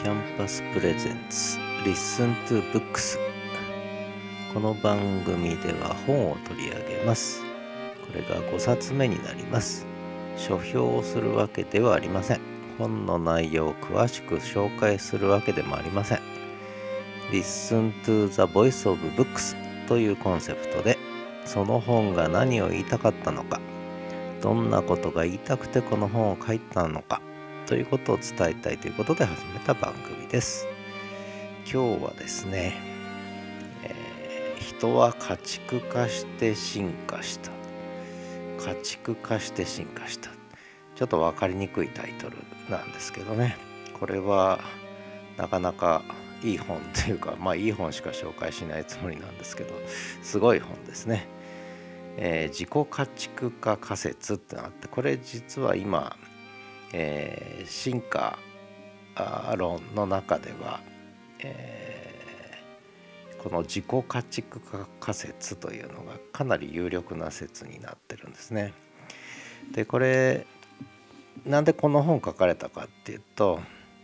キャンパスプレゼンツ Listen to Books。 この番組では本を取り上げます。これが5冊目になります。書評をするわけではありません。本の内容を詳しく紹介するわけでもありません。Listen to the Voice of Books というコンセプトで、その本が何を言いたかったのか、どんなことが言いたくてこの本を書いたのかということを伝えたいということで始めた番組です。今日はですね、人は家畜化して進化した。家畜化して進化した。ちょっと分かりにくいタイトルなんですけどね、これはなかなかいい本というか、いい本しか紹介しないつもりなんですけど、すごい本ですね。自己家畜化仮説ってのがあって、これ実は今、進化論の中では、この自己家畜化仮説というのがかなり有力な説になってるんですね。でこれなんでこの本書かれたかっていうと、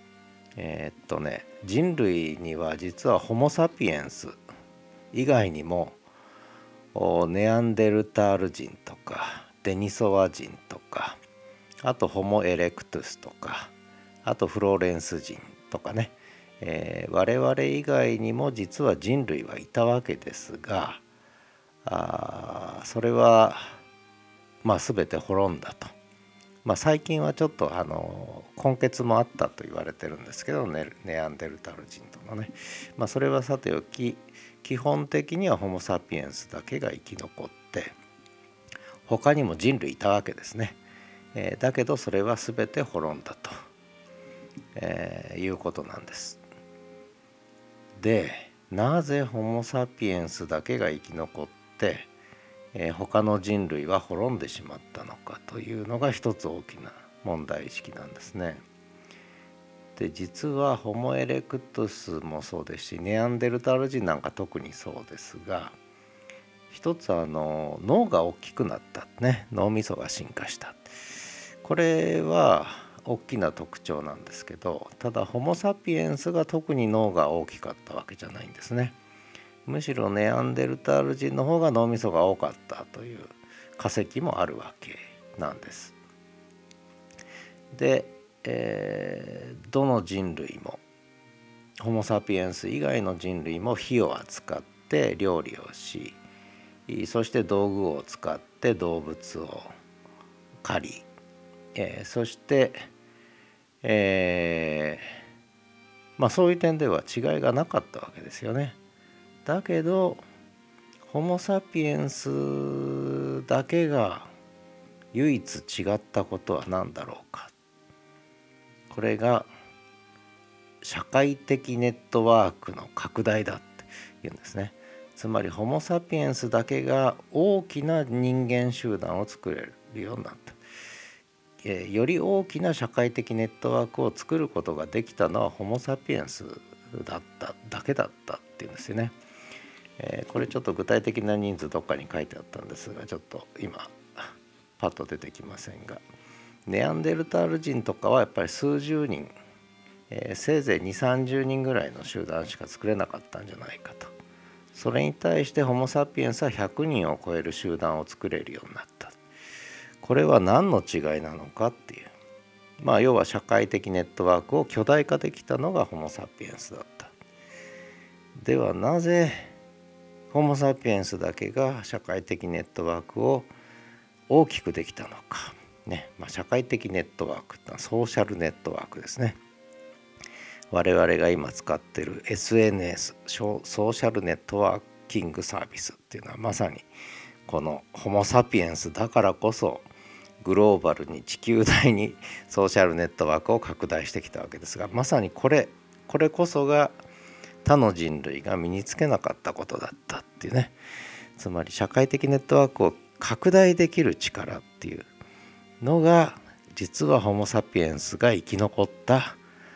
人類には実はホモ・サピエンス以外にもネアンデルタール人とかデニソワ人とか、あとホモ・エレクトゥスとか、あとフローレンス人とかね、我々以外にも実は人類はいたわけですが、それは全て滅んだと。最近はちょっと根血もあったと言われてるんですけど、ネアンデルタール人とのね、それはさておき、基本的にはホモ・サピエンスだけが生き残って、他にも人類いたわけですね。だけどそれは全て滅んだと、いうことなんです。で、なぜホモ・サピエンスだけが生き残って、他の人類は滅んでしまったのかというのが一つ大きな問題意識なんですね。で、実はホモ・エレクトゥスもそうですし、ネアンデルタール人なんか特にそうですが、一つ脳が大きくなったね、脳みそが進化した、これは大きな特徴なんですけど、ただホモ・サピエンスが特に脳が大きかったわけじゃないんですね。むしろネアンデルタール人の方が脳みそが多かったという化石もあるわけなんです。で、どの人類もホモ・サピエンス以外の人類も火を扱って料理をし、そして道具を使って動物を狩り、そして、そういう点では違いがなかったわけですよね。だけどホモ・サピエンスだけが唯一違ったことは何だろうか。これが社会的ネットワークの拡大だっていうんですね。つまりホモ・サピエンスだけが大きな人間集団を作れるようになった。より大きな社会的ネットワークを作ることができたのはホモ・サピエンスだけだったっていうんですよね。これちょっと具体的な人数どっかに書いてあったんですが、ちょっと今パッと出てきませんが、ネアンデルタール人とかはやっぱり数十人、せいぜい2、30人ぐらいの集団しか作れなかったんじゃないかと。それに対してホモ・サピエンスは100人を超える集団を作れるようになった。これは何の違いなのかっていう、要は社会的ネットワークを巨大化できたのがホモ・サピエンスだった。ではなぜホモ・サピエンスだけが社会的ネットワークを大きくできたのか、ね。社会的ネットワークってのはソーシャルネットワークですね。我々が今使っている SNS ソーシャルネットワーキングサービスっていうのはまさにこのホモ・サピエンスだからこそグローバルに地球大にソーシャルネットワークを拡大してきたわけですが、まさにこれこそが他の人類が身につけなかったことだったっていうね。つまり社会的ネットワークを拡大できる力っていうのが実はホモ・サピエンスが生き残った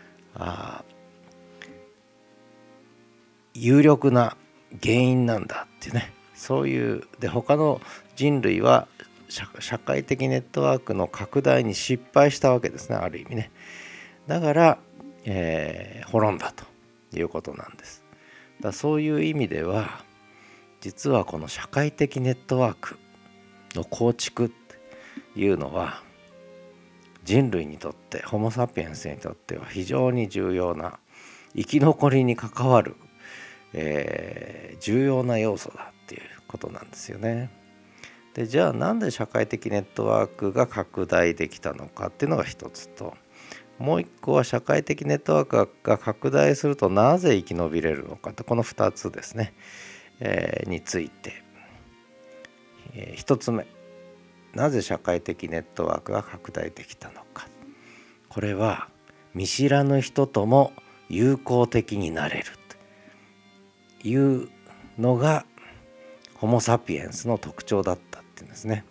有力な原因なんだっていうね。そういうで、他の人類は社会的ネットワークの拡大に失敗したわけですね、ある意味ね。だから滅んだということなんです。そういう意味では実はこの社会的ネットワークの構築っていうのは人類にとってホモ・サピエンスにとっては非常に重要な生き残りに関わる、重要な要素だっていうことなんですよね。でじゃあなんで社会的ネットワークが拡大できたのかっていうのが一つと、もう一個は社会的ネットワークが拡大するとなぜ生き延びれるのかと、この2つですね、について、1つ目、なぜ社会的ネットワークが拡大できたのか。これは見知らぬ人とも友好的になれるというのがホモ・サピエンスの特徴だったっていうんですね。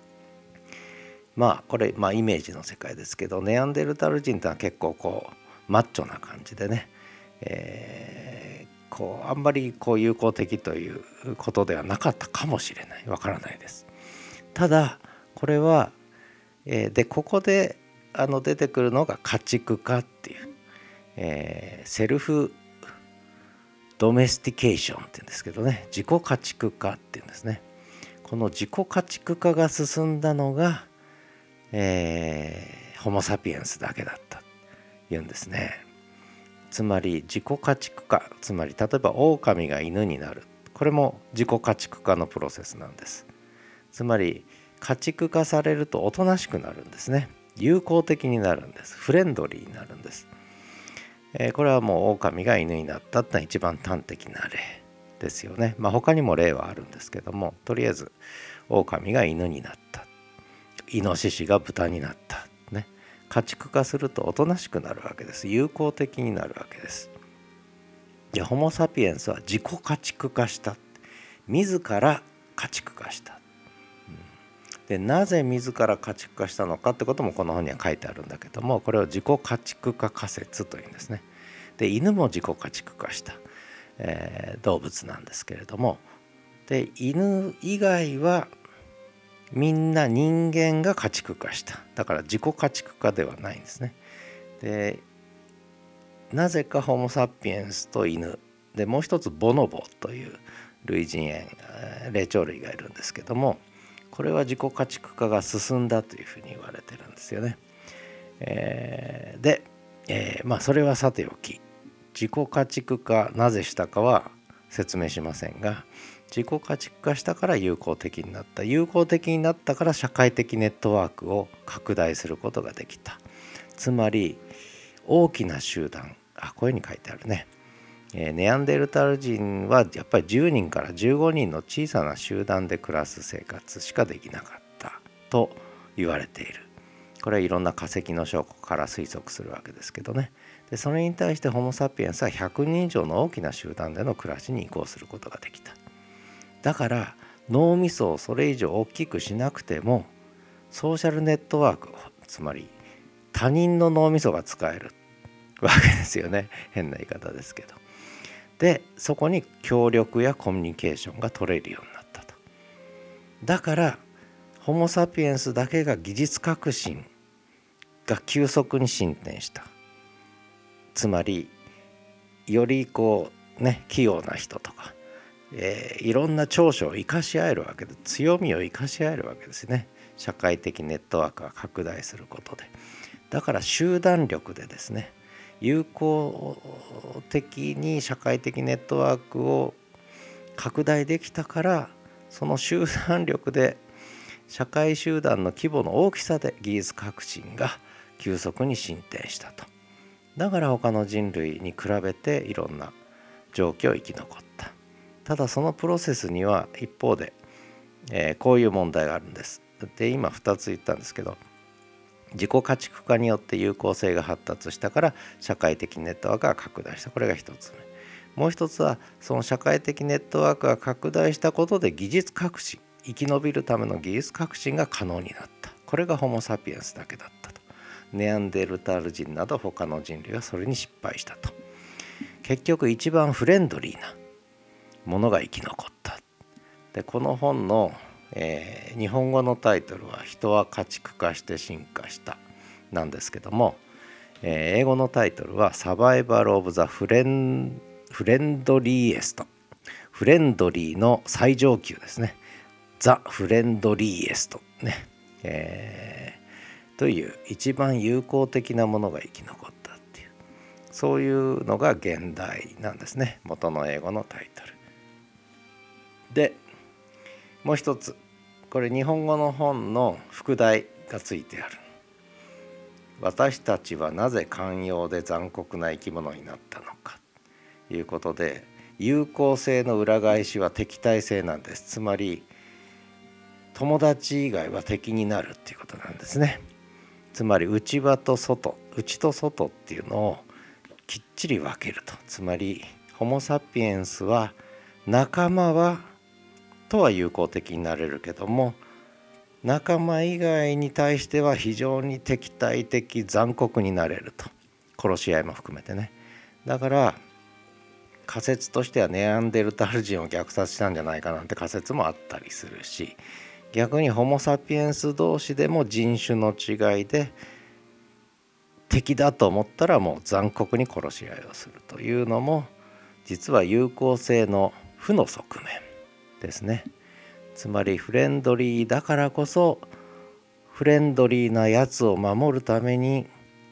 これイメージの世界ですけど、ネアンデルタール人ってのは結構マッチョな感じでね、あんまり友好的ということではなかったかもしれない、わからないです。ただこれは、ここで出てくるのが家畜化っていう、セルフドメスティケーションっていうんですけどね、自己家畜化っていうんですね。この自己家畜化が進んだのが、ホモ・サピエンスだけだったというんですね。つまり自己家畜化、つまり例えば狼が犬になる、これも自己家畜化のプロセスなんです。つまり家畜化されるとおとなしくなるんですね。友好的になるんです。フレンドリーになるんです。これはもう狼が犬になったってのは一番端的な例ですよね。他にも例はあるんですけども、とりあえず狼が犬になった、イノシシが豚になったね。家畜化するとおとなしくなるわけです。友好的になるわけです。でホモ・サピエンスは自己家畜化した、自ら家畜化した。でなぜ自ら家畜化したのかってこともこの本には書いてあるんだけども、これを自己家畜化仮説というんですね。で犬も自己家畜化した、動物なんですけれども、で犬以外はみんな人間が家畜化した。だから自己家畜化ではないんですね。でなぜかホモ・サピエンスと犬で、もう一つボノボという類人猿、霊長類がいるんですけども、これは自己家畜化が進んだというふうに言われてるんですよね。で、それはさておき、自己家畜化なぜしたかは説明しませんが、自己家畜化したから友好的になった、友好的になったから社会的ネットワークを拡大することができた。つまり大きな集団、こういうふうに書いてあるね。ネアンデルタール人はやっぱり10人から15人の小さな集団で暮らす生活しかできなかったと言われている。これはいろんな化石の証拠から推測するわけですけどね。でそれに対してホモ・サピエンスは100人以上の大きな集団での暮らしに移行することができた。だから脳みそをそれ以上大きくしなくてもソーシャルネットワーク、つまり他人の脳みそが使えるわけですよね。変な言い方ですけど。でそこに協力やコミュニケーションが取れるようになったと。だからホモ・サピエンスだけが技術革新が急速に進展した。つまりより器用な人とか、いろんな長所を生かし合えるわけで、強みを生かし合えるわけですね。社会的ネットワークが拡大することで。だから集団力でですね、友好的に社会的ネットワークを拡大できたから、その集団力で社会集団の規模の大きさで技術革新が急速に進展したと。だから他の人類に比べていろんな状況を生き残った。ただそのプロセスには一方で、こういう問題があるんです。で今2つ言ったんですけど、自己家畜化によって有効性が発達したから社会的ネットワークが拡大した。これが1つ目。もう一つはその社会的ネットワークが拡大したことで技術革新、生き延びるための技術革新が可能になった。これがホモ・サピエンスだけだったと。ネアンデルタール人など他の人類はそれに失敗したと。結局一番フレンドリーなものが生き残った。でこの本の、日本語のタイトルは人は家畜化して進化したなんですけども、 英語のタイトルはサバイバル・オブ・ザ・フレンドリーエスト、フレンドリーの最上級ですね、ザ・フレンドリーエストね、という一番友好的なものが生き残ったっていう、そういうのが現代なんですね、元の英語のタイトルで。もう一つ、これ日本語の本の副題がついてある。私たちはなぜ寛容で残酷な生き物になったのかということで、友好性の裏返しは敵対性なんです。つまり友達以外は敵になるっていうことなんですね。つまり内場と外、内と外っていうのをきっちり分けると。つまりホモ・サピエンスは仲間とは友好的になれるけども、仲間以外に対しては非常に敵対的、残酷になれると。殺し合いも含めてね。だから仮説としてはネアンデルタール人を虐殺したんじゃないかなんて仮説もあったりするし、逆にホモ・サピエンス同士でも人種の違いで敵だと思ったらもう残酷に殺し合いをするというのも実は友好性の負の側面ですね。つまりフレンドリーだからこそフレンドリーなやつを守るために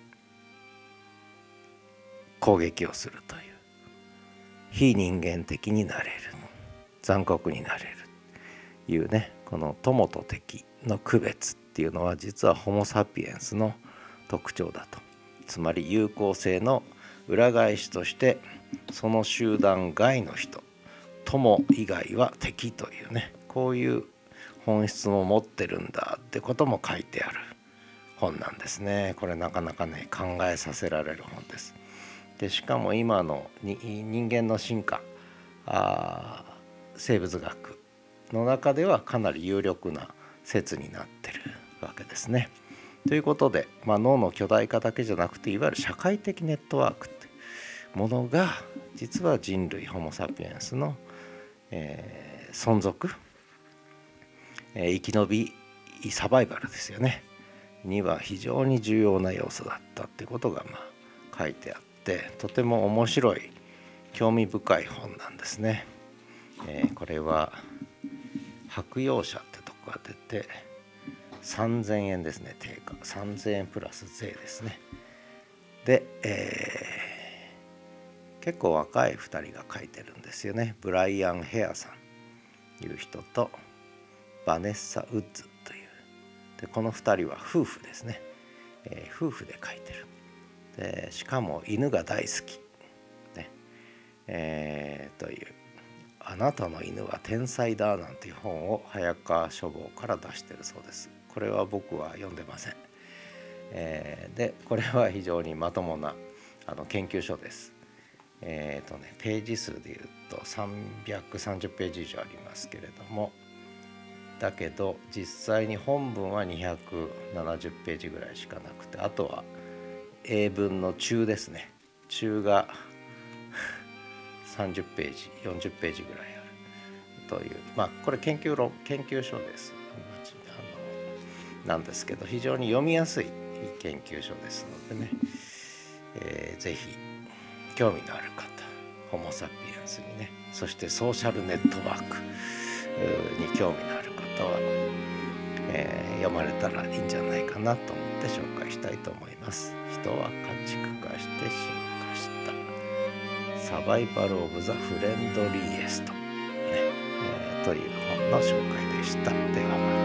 攻撃をするという、非人間的になれる、残酷になれるいうね、この友と敵の区別っていうのは実はホモ・サピエンスの特徴だと。つまり友好性の裏返しとしてその集団外の人、友以外は敵というね、こういう本質も持ってるんだってことも書いてある本なんですね。これなかなかね考えさせられる本です。でしかも今の人間の進化、生物学の中ではかなり有力な説になってるわけですね。ということで、脳の巨大化だけじゃなくていわゆる社会的ネットワークってものが実は人類ホモ・サピエンスの、存続、生き延びサバイバルですよねには非常に重要な要素だったってことが書いてあって、とても面白い興味深い本なんですね。これは白洋社ってとこが出て3000円ですね。定価3000円プラス税ですね。で、結構若い2人が書いてるんですよね。ブライアン・ヘアさんいう人とバネッサ・ウッズというで、この2人は夫婦ですね。夫婦で書いてる。でしかも犬が大好き、ね、というあなたの犬は天才だなんていう本を早川書房から出してるそうです。これは僕は読んでません。でこれは非常にまともな研究書です。ページ数でいうと330ページ以上ありますけれども、だけど実際に本文は270ページぐらいしかなくて、あとは英文の中ですね。中が30ページ40ページぐらいあるという、これ研究書ですなんですけど、非常に読みやすい研究書ですのでね、ぜひ興味のある方、ホモ・サピエンスにね、そしてソーシャルネットワークに興味のある方は、読まれたらいいんじゃないかなと思って紹介したいと思います。人は家畜化して進化したサバイバル・オブ・ザ・フレンドリーエスト、という本の紹介でした。ではまた。